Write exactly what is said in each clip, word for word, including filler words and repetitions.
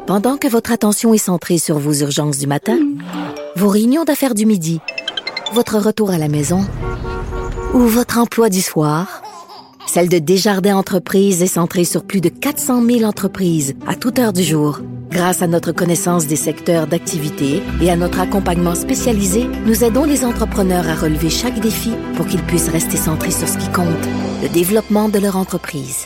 Pendant que votre attention est centrée sur vos urgences du matin, vos réunions d'affaires du midi, votre retour à la maison ou votre emploi du soir, celle de Desjardins Entreprises est centrée sur plus de quatre cent mille entreprises à toute heure du jour. Grâce à notre connaissance des secteurs d'activité et à notre accompagnement spécialisé, nous aidons les entrepreneurs à relever chaque défi pour qu'ils puissent rester centrés sur ce qui compte, le développement de leur entreprise.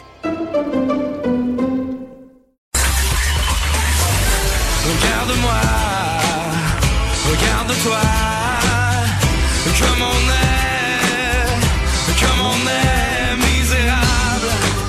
Regarde-moi, regarde-toi, comme on est, comme on est misérable,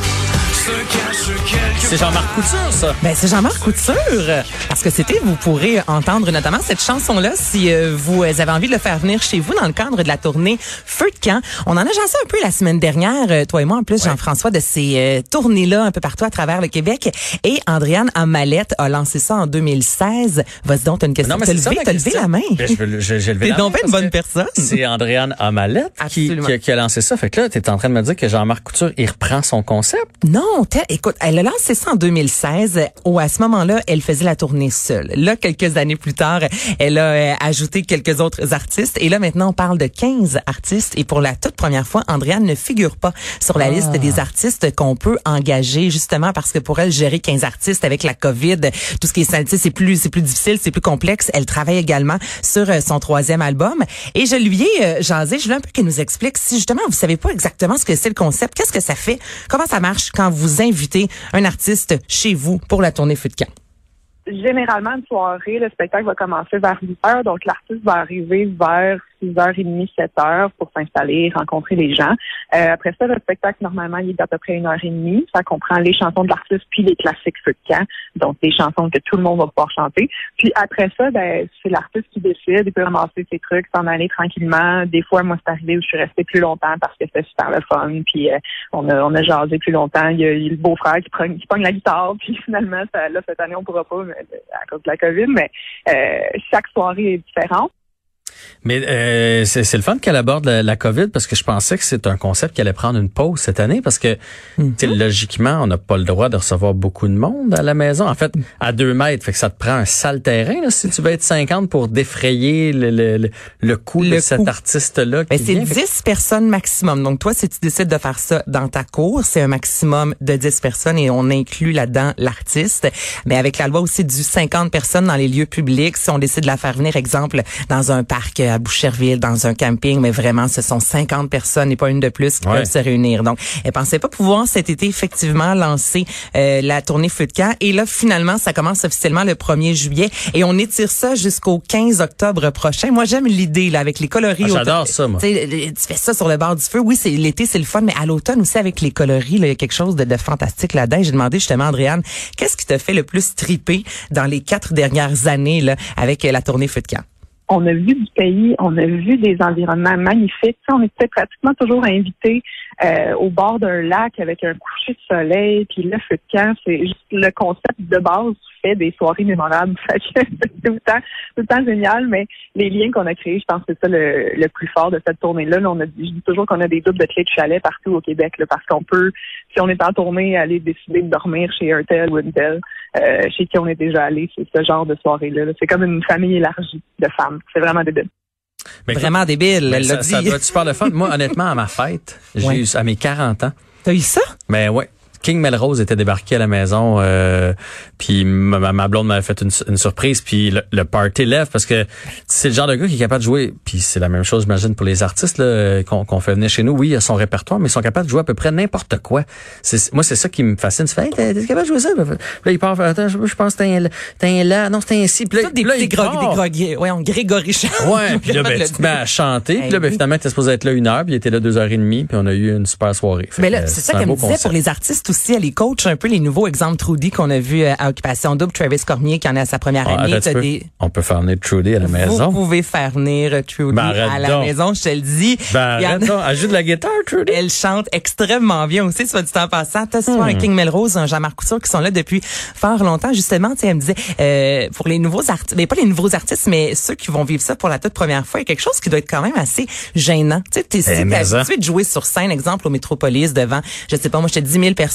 se cache quelque C'est Jean-Marc Couture, ça. Ben, c'est Jean-Marc Couture. Parce que c'était, vous pourrez entendre notamment cette chanson-là si euh, vous avez envie de le faire venir chez vous dans le cadre de la tournée Feu de camp. On en a jasé un peu la semaine dernière, euh, toi et moi en plus, ouais. Jean-François, de ces euh, tournées-là un peu partout à travers le Québec. Et Andréane Amalette a lancé ça en deux mille seize. Vas-y donc, t'as une question. T'as levé, t'as levé la main. Ben, je veux, je, j'ai levé T'es la donc main une bonne personne. C'est Andréane Amalette qui, qui, qui a lancé ça. Fait que là, t'es en train de me dire que Jean-Marc Couture, il reprend son concept? Non, écoute, elle a lancé ça en deux mille seize, où à ce moment-là, elle faisait la tournée seule. Là, quelques années plus tard, elle a euh, ajouté quelques autres artistes. Et là, maintenant, on parle de quinze artistes. Et pour la toute première fois, Andréane ne figure pas sur la ah. liste des artistes qu'on peut engager, justement parce que pour elle, gérer quinze artistes avec la COVID, tout ce qui est santé, c'est plus, c'est plus difficile, c'est plus complexe. Elle travaille également sur euh, son troisième album. Et je lui ai euh, jasé, je voulais un peu qu'elle nous explique si justement vous savez pas exactement ce que c'est le concept, qu'est-ce que ça fait, comment ça marche quand vous invitez un artiste chez vous pour la tournée Feu de camp. Généralement, une soirée, le spectacle va commencer vers huit heures, donc l'artiste va arriver vers six heures trente, sept heures pour s'installer, rencontrer les gens. Euh, après ça, le spectacle, normalement, il est d'à peu près une heure et demie. Ça comprend les chansons de l'artiste puis les classiques Feu de camp, donc des chansons que tout le monde va pouvoir chanter. Puis après ça, ben c'est l'artiste qui décide, il peut ramasser ses trucs, s'en aller tranquillement. Des fois, moi, c'est arrivé où je suis restée plus longtemps parce que c'était super le fun, puis euh, on a on a jasé plus longtemps. Il y a, il y a le beau-frère qui prend qui pogne la guitare, puis finalement, ça, là, cette année, on pourra pas, mais, à cause de la COVID, mais euh, chaque soirée est différente. Mais euh, c'est, c'est le fun qu'elle aborde la, la COVID parce que je pensais que c'est un concept qui allait prendre une pause cette année parce que mm-hmm. logiquement, on n'a pas le droit de recevoir beaucoup de monde à la maison. En fait, à deux mètres, fait que ça te prend un sale terrain là, si tu veux être cinquante pour défrayer le, le, le, le coût le de coup. cet artiste-là. Mais c'est vient. dix personnes maximum. Donc toi, si tu décides de faire ça dans ta cour, c'est un maximum de dix personnes et on inclut là-dedans l'artiste. Mais avec la loi aussi du cinquante personnes dans les lieux publics, si on décide de la faire venir, exemple, dans un parc à Boucherville, dans un camping, mais vraiment, ce sont cinquante personnes et pas une de plus qui ouais. peuvent se réunir. Donc, elle pensait pas pouvoir cet été effectivement lancer euh, la tournée Feu de camp. Et là, finalement, ça commence officiellement le premier juillet et on étire ça jusqu'au quinze octobre prochain. Moi, j'aime l'idée là avec les coloris. Ah, j'adore ça, moi. Tu fais ça sur le bord du feu. Oui, c'est l'été, c'est le fun, mais à l'automne aussi avec les coloris, là, il y a quelque chose de, de fantastique là-dedans. J'ai demandé justement, Andréane, qu'est-ce qui te fait le plus triper dans les quatre dernières années là avec la tournée Feu de camp? On a vu du pays, on a vu des environnements magnifiques. Tu sais, on était pratiquement toujours invités euh, au bord d'un lac avec un coucher de soleil. Puis le feu de camp, c'est juste le concept de base fait des soirées mémorables. Fait que c'est tout le temps, tout le temps génial. Mais les liens qu'on a créés, je pense que c'est ça le, le plus fort de cette tournée-là. Là, on a, je dis toujours qu'on a des doubles de clés de chalet partout au Québec, là, parce qu'on peut, si on est en tournée, aller décider de dormir chez un tel ou une telle, euh, chez qui on est déjà allé. C'est ce genre de soirée-là. Là. C'est comme une famille élargie de femmes. C'est vraiment débile. Mais vraiment débile, elle l'a dit. Ça doit être super le fun. Moi, honnêtement, à ma fête, j'ai ouais. eu à mes quarante ans. T'as eu ça? Ben ouais. King Melrose était débarqué à la maison, euh, puis ma, ma blonde m'avait fait une, une surprise, puis le, le party lève parce que c'est le genre de gars qui est capable de jouer, puis c'est la même chose, j'imagine, pour les artistes là, qu'on, qu'on fait venir chez nous. Oui, il a son répertoire, mais ils sont capables de jouer à peu près n'importe quoi. C'est, moi, c'est ça qui me fascine. Tu fais, hey, t'es, t'es capable de jouer ça? Là, il part, attends, je, je pense que t'es un, t'es un là, non, c'est un si. Puis là, des, là, des, grog, des grog, ouais, on Grégory Charles. Ouais, puis là, ben, tu te mets à chanter, puis là, ben, finalement, t'es supposé être là une heure, puis il était là deux heures et demie, puis on a eu une super soirée. Fait mais là, que, c'est, c'est ça qu'elle me disait pour les artistes aussi, elle les coach un peu les nouveaux exemples Trudy qu'on a vu à Occupation Double, Travis Cormier qui en est à sa première ah, année. Attends, des... On peut faire venir Trudy à la maison. Vous pouvez faire venir Trudy ben, à la donc. maison, je te le dis. Ben, arrête donc, elle joue de la guitare, Trudy. Elle chante extrêmement bien aussi, soit du temps passant. T'as souvent hmm. un King Melrose, un Jean-Marc Couture qui sont là depuis fort longtemps. Justement, tu sais, elle me disait, euh, pour les nouveaux artistes, mais pas les nouveaux artistes, mais ceux qui vont vivre ça pour la toute première fois, il y a quelque chose qui doit être quand même assez gênant. Tu sais, t'es si habitué de jouer sur scène, exemple, au Métropolis, devant, je sais pas, moi, j'étais dix mille personnes.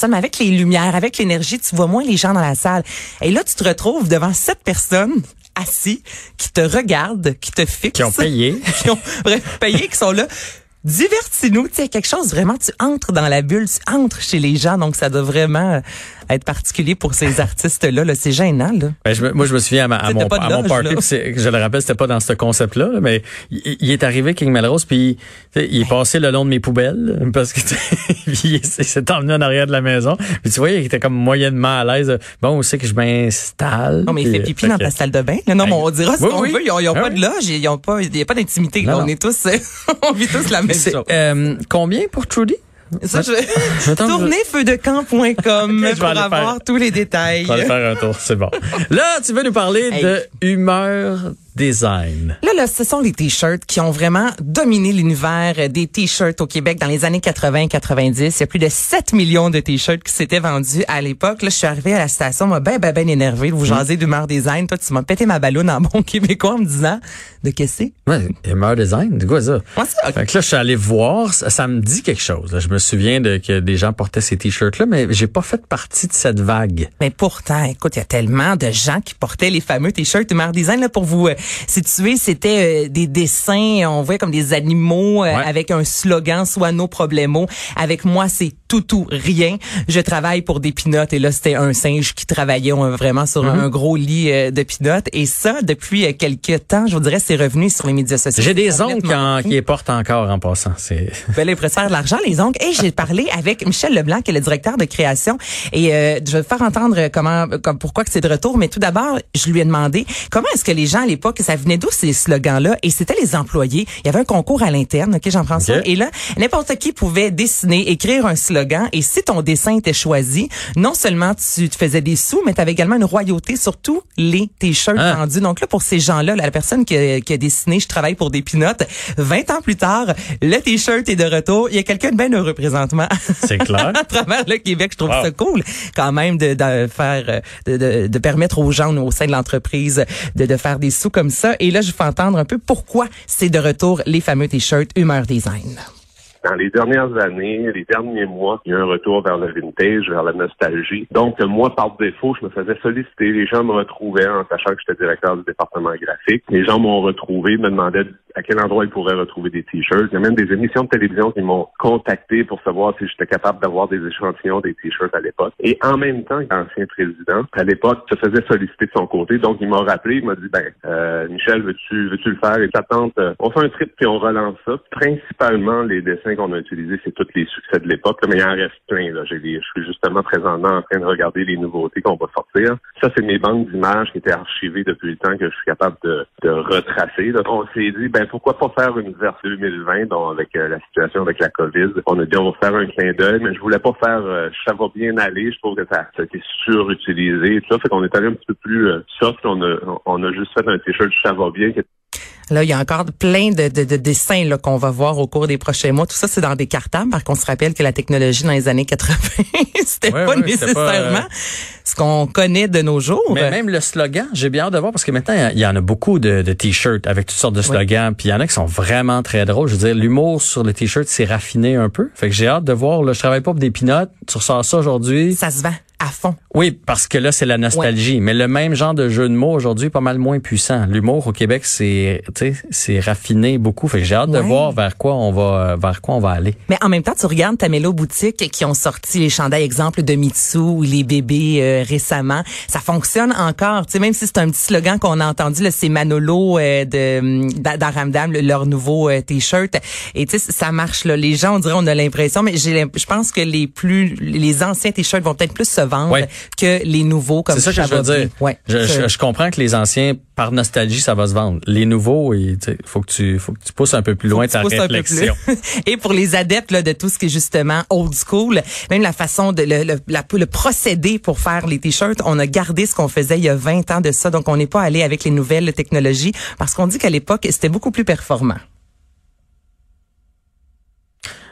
personnes, mais avec les lumières, avec l'énergie, tu vois moins les gens dans la salle. Et là, tu te retrouves devant sept personnes assis, qui te regardent, qui te fixent. Qui ont payé. qui ont bref, payé, qui sont là. Divertis-nous, tu sais, quelque chose vraiment, tu entres dans la bulle, tu entres chez les gens, donc ça doit vraiment être particulier pour ces artistes-là. Là, c'est gênant, là. Ben, je me, moi, je me souviens à, ma, à, mon, à mon party, pis c'est, je le rappelle, c'était pas dans ce concept-là, là, mais il, il est arrivé King Melrose, puis il est passé le long de mes poubelles, parce que il s'est emmené en arrière de la maison. Puis tu vois, il était comme moyennement à l'aise. Bon, on sait que je m'installe. Non, mais il fait pipi dans ta salle de bain. Non, non, mais on dira ce oui, qu'on oui. veut. Ils n'ont ah, pas oui. de loge, ils n'ont pas, il n'y a pas d'intimité. Là, on est tous, on vit tous la même chose. Euh, combien pour Trudy? Ça, je vais tourner feu de camp point com okay, pour avoir faire. tous les détails. On va aller faire un tour, c'est bon. Là, tu veux nous parler hey. de Humeur Design. Là, là, ce sont les t-shirts qui ont vraiment dominé l'univers des t-shirts au Québec dans les années quatre-vingts quatre-vingt-dix. Il y a plus de sept millions de t-shirts qui s'étaient vendus à l'époque. Là, je suis arrivée à la station, m'a ben, ben, ben énervée de vous jaser mmh. d'Humeur Design. Toi, tu m'as pété ma balloune en bon québécois en me disant de qu'est-ce que c'est? Ouais, Humeur Design, c'est quoi ça? Moi, ça okay. Fait que là, je suis allé voir, ça, ça me dit quelque chose. Là. Je me souviens de que des gens portaient ces t-shirts-là, mais j'ai pas fait partie de cette vague. Mais pourtant, écoute, il y a tellement de gens qui portaient les fameux t-shirts Humeur Design. Là, pour vous euh, situer, c'était euh, des dessins, on voit comme des animaux euh, ouais. avec un slogan, soit nos problèmes. Avec moi, c'est tout ou rien. Je travaille pour des pinottes. Et là, c'était un singe qui travaillait on, vraiment sur mm-hmm. un gros lit euh, de pinottes. Et ça, depuis euh, quelques temps, je vous dirais, c'est revenu sur les médias sociaux. J'ai des oncles en, qui les portent encore en passant. C'est ben, là, ils préfèrent de l'argent, les oncles. Et j'ai parlé avec Michel Leblanc, qui est le directeur de création. Et euh, je vais faire entendre comment, comme pourquoi que c'est de retour. Mais tout d'abord, je lui ai demandé comment est-ce que les gens à l'époque, ça venait d'où ces slogans-là? Et c'était les employés. Il y avait un concours à l'interne, OK, Jean-François? Okay. Et là, n'importe qui pouvait dessiner, écrire un slogan. Et si ton dessin était choisi, non seulement tu te faisais des sous, mais tu avais également une royauté sur tous les t-shirts hein? vendus. Donc là, pour ces gens-là, la personne qui a, qui a dessiné « Je travaille pour des pinottes », vingt ans plus tard, le t-shirt est de retour. Il y a quelqu'un de bien heureux présentement. C'est clair. À travers le Québec, je trouve wow. ça cool quand même de, de faire, de, de, de permettre aux gens au sein de l'entreprise de, de faire des sous comme ça. Et là, je vous fais entendre un peu pourquoi c'est de retour les fameux t-shirts Humeur Design. Dans les dernières années, les derniers mois, il y a un retour vers le vintage, vers la nostalgie. Donc, moi, par défaut, je me faisais solliciter. Les gens me retrouvaient en sachant que j'étais directeur du département graphique. Les gens m'ont retrouvé, me demandaient à quel endroit ils pourraient retrouver des t-shirts. Il y a même des émissions de télévision qui m'ont contacté pour savoir si j'étais capable d'avoir des échantillons des t-shirts à l'époque. Et en même temps, l'ancien président, à l'époque, se faisait solliciter de son côté. Donc, il m'a rappelé, il m'a dit, ben, euh, Michel, veux-tu, veux-tu le faire? Et ta tante, euh, on fait un trip puis on relance ça. Principalement, les dessins qu'on a utilisés, c'est tous les succès de l'époque, là, mais il en reste plein. Là. J'ai des, je suis justement présentement en train de regarder les nouveautés qu'on va sortir. Ça, c'est mes banques d'images qui étaient archivées depuis le temps que je suis capable de, de retracer. Là. On s'est dit, ben pourquoi pas faire une version deux mille vingt, donc avec euh, la situation avec la COVID. On a dit, on va faire un clin d'œil, mais je voulais pas faire euh, ça va bien aller. Je trouve que ça, ça a été surutilisé. Tout ça fait qu'on est allé un petit peu plus euh, soft. On a, on a juste fait un t-shirt ça va bien. Là, il y a encore plein de, de, de dessins là qu'on va voir au cours des prochains mois. Tout ça, c'est dans des cartables, parce qu'on se rappelle que la technologie dans les années quatre-vingts, c'était ouais, pas ouais, nécessairement pas, euh... ce qu'on connaît de nos jours. Mais même le slogan, j'ai bien hâte de voir, parce que maintenant, il y en a beaucoup de, de t-shirts avec toutes sortes de slogans, puis il y en a qui sont vraiment très drôles. Je veux dire, l'humour sur les t-shirts, c'est raffiné un peu. Fait que j'ai hâte de voir. Là, je travaille pas pour des pinottes. Tu ressors ça aujourd'hui. Ça se vend à fond. Oui, parce que là, c'est la nostalgie. Ouais. Mais le même genre de jeu de mots aujourd'hui est pas mal moins puissant. L'humour au Québec, c'est, tu sais, c'est raffiné beaucoup. Fait que j'ai hâte ouais. de voir vers quoi on va, vers quoi on va aller. Mais en même temps, tu regardes ta Mélo boutique qui ont sorti les chandails exemple de Mitsu ou les bébés euh, récemment. Ça fonctionne encore. Tu sais, même si c'est un petit slogan qu'on a entendu, là, c'est Manolo euh, de d'Aramdam, leur nouveau euh, t-shirt. Et tu sais, ça marche là. Les gens, on dirait, on a l'impression, mais j'ai, je pense que les plus, les anciens t-shirts vont peut-être plus se vendre ouais. que les nouveaux comme ça. C'est ça que je veux dire. Ouais, je, je, je comprends que les anciens, par nostalgie, ça va se vendre. Les nouveaux, il faut que tu, faut que tu pousses un peu plus loin ta réflexion. Et pour les adeptes là, de tout ce qui est justement old school, même la façon de le, le, la, le procédé pour faire les t-shirts, on a gardé ce qu'on faisait il y a vingt ans de ça. Donc on n'est pas allé avec les nouvelles technologies parce qu'on dit qu'à l'époque c'était beaucoup plus performant.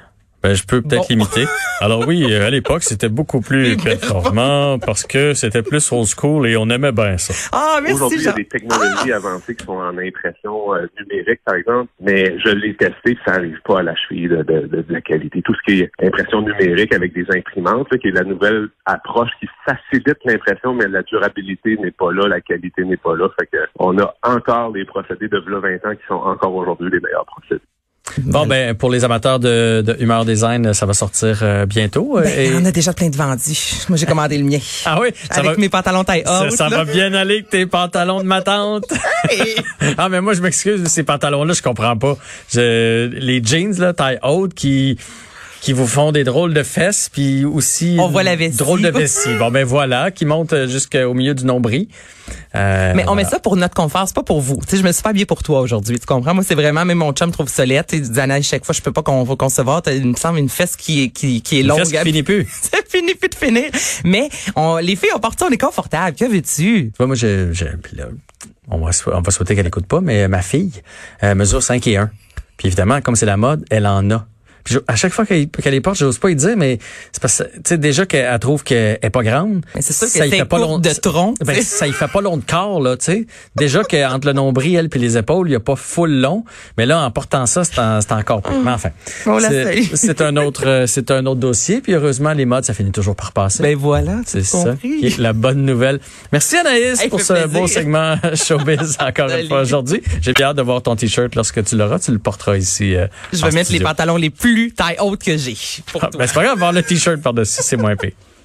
Ben, je peux peut-être Bon. l'imiter. Alors oui, à l'époque, c'était beaucoup plus performant parce que c'était plus old school et on aimait bien ça. Ah, merci, Aujourd'hui, il y Jean. a des technologies avancées qui sont en impression euh, numérique, par exemple, mais je l'ai testé, ça n'arrive pas à la cheville de, de, de, de la qualité. Tout ce qui est impression numérique avec des imprimantes, là, qui est la nouvelle approche qui facilite l'impression, mais la durabilité n'est pas là, la qualité n'est pas là. Fait que on a encore des procédés de v'là vingt ans qui sont encore aujourd'hui les meilleurs procédés. Bon, ben, pour les amateurs de, de Humeur Design, ça va sortir euh, bientôt. Ben, et... on a déjà plein de vendus. Moi, j'ai commandé le mien. Ah oui? Ça Avec va... mes pantalons taille Ça, haute. ça là. va bien aller avec tes pantalons de ma tante. Ah, mais moi, je m'excuse, ces pantalons-là, je comprends pas. Je... Les jeans, là, taille haute, qui... qui vous font des drôles de fesses, puis aussi On voit la vessie. drôles de vessie. Bon, ben voilà, qui montent jusqu'au milieu du nombril. Euh, Mais on met voilà. ça pour notre confort, c'est pas pour vous. Tu sais, je me suis pas habillée pour toi aujourd'hui, tu comprends? Moi, c'est vraiment, même mon chum trouve solette. Il dit, Anna, chaque fois, je peux pas qu'on va concevoir. T'as, il me semble, une fesse qui est, qui, qui est Une longue. fesse qui finit plus. Ça finit plus de finir. Mais, on, les filles, on part ça, on est confortable. Que veux-tu? Tu vois, moi, je, je, puis là, on va, sou- on va souhaiter qu'elle écoute pas, mais ma fille euh, mesure cinq et un. Puis évidemment, comme c'est la mode, elle en a. Puis je- à chaque fois qu'elle, qu'elle les porte, j'ose pas y dire, mais c'est parce que, tu sais, déjà qu'elle elle trouve qu'elle est pas grande. Mais c'est sûr que ça y c'est fait pas long courte de tronc. Ben, tu sais. ça y fait pas long de corps, là, tu sais. Déjà qu'entre le nombril, elle, puis les épaules, il y a pas full long. Mais là, en portant ça, c'est, en- c'est encore plus. Mais enfin. On la c'est, salue. c'est un autre, euh, c'est un autre dossier. Puis heureusement, les modes, ça finit toujours par passer. Ben voilà, C'est c'est ça compris. qui est la bonne nouvelle. Merci Anaïs Hey, pour fait ce plaisir. beau segment Showbiz encore une Salut. fois aujourd'hui. J'ai bien hâte de voir ton t-shirt lorsque tu l'auras. Tu le porteras ici. Euh, Je en vais mettre les studio. pantalons les plus taille haute que j'ai. Pour Ah, toi. ben, c'est pas grave, avoir le t-shirt par-dessus, c'est moins pire.